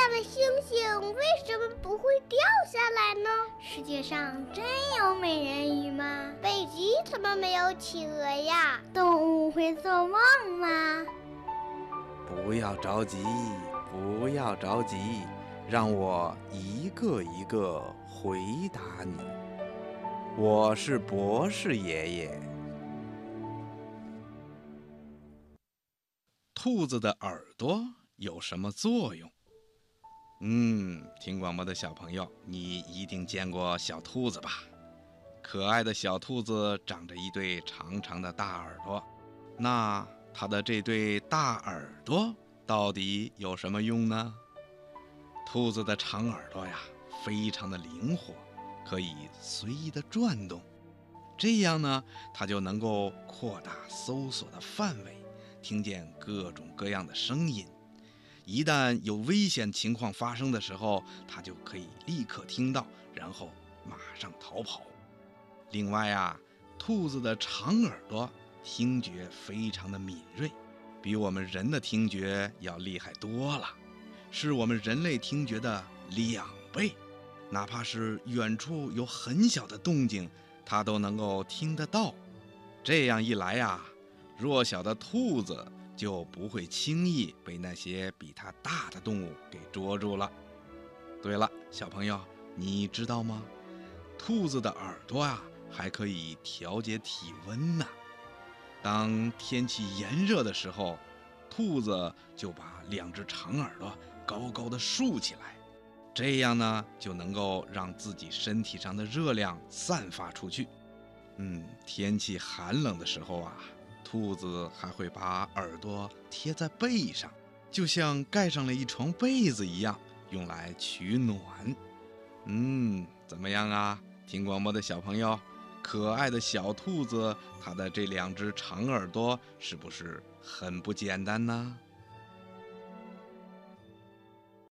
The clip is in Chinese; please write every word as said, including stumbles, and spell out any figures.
样的星星为什么不会掉下来呢？ 世界上真有美人鱼吗？ 北极怎么没有企鹅呀？ 动物会做梦吗？ 不要着急，不要着急，让我一个一个回答你。我是博士爷爷。兔子的耳朵有什么作用？嗯，听广播的小朋友，你一定见过小兔子吧？可爱的小兔子长着一对长长的大耳朵，那它的这对大耳朵到底有什么用呢？兔子的长耳朵呀，非常的灵活，可以随意的转动，这样呢，它就能够扩大搜索的范围，听见各种各样的声音。一旦有危险情况发生的时候，它就可以立刻听到，然后马上逃跑。另外啊，兔子的长耳朵听觉非常的敏锐，比我们人的听觉要厉害多了，是我们人类听觉的两倍。哪怕是远处有很小的动静，它都能够听得到。这样一来啊，弱小的兔子就不会轻易被那些比它大的动物给捉住了。对了，小朋友，你知道吗？兔子的耳朵啊，还可以调节体温呢。当天气炎热的时候，兔子就把两只长耳朵高高的竖起来，这样呢，就能够让自己身体上的热量散发出去。嗯，天气寒冷的时候啊，兔子还会把耳朵贴在背上，就像盖上了一床被子一样，用来取暖。嗯，怎么样啊？听广播的小朋友，可爱的小兔子，它的这两只长耳朵是不是很不简单呢？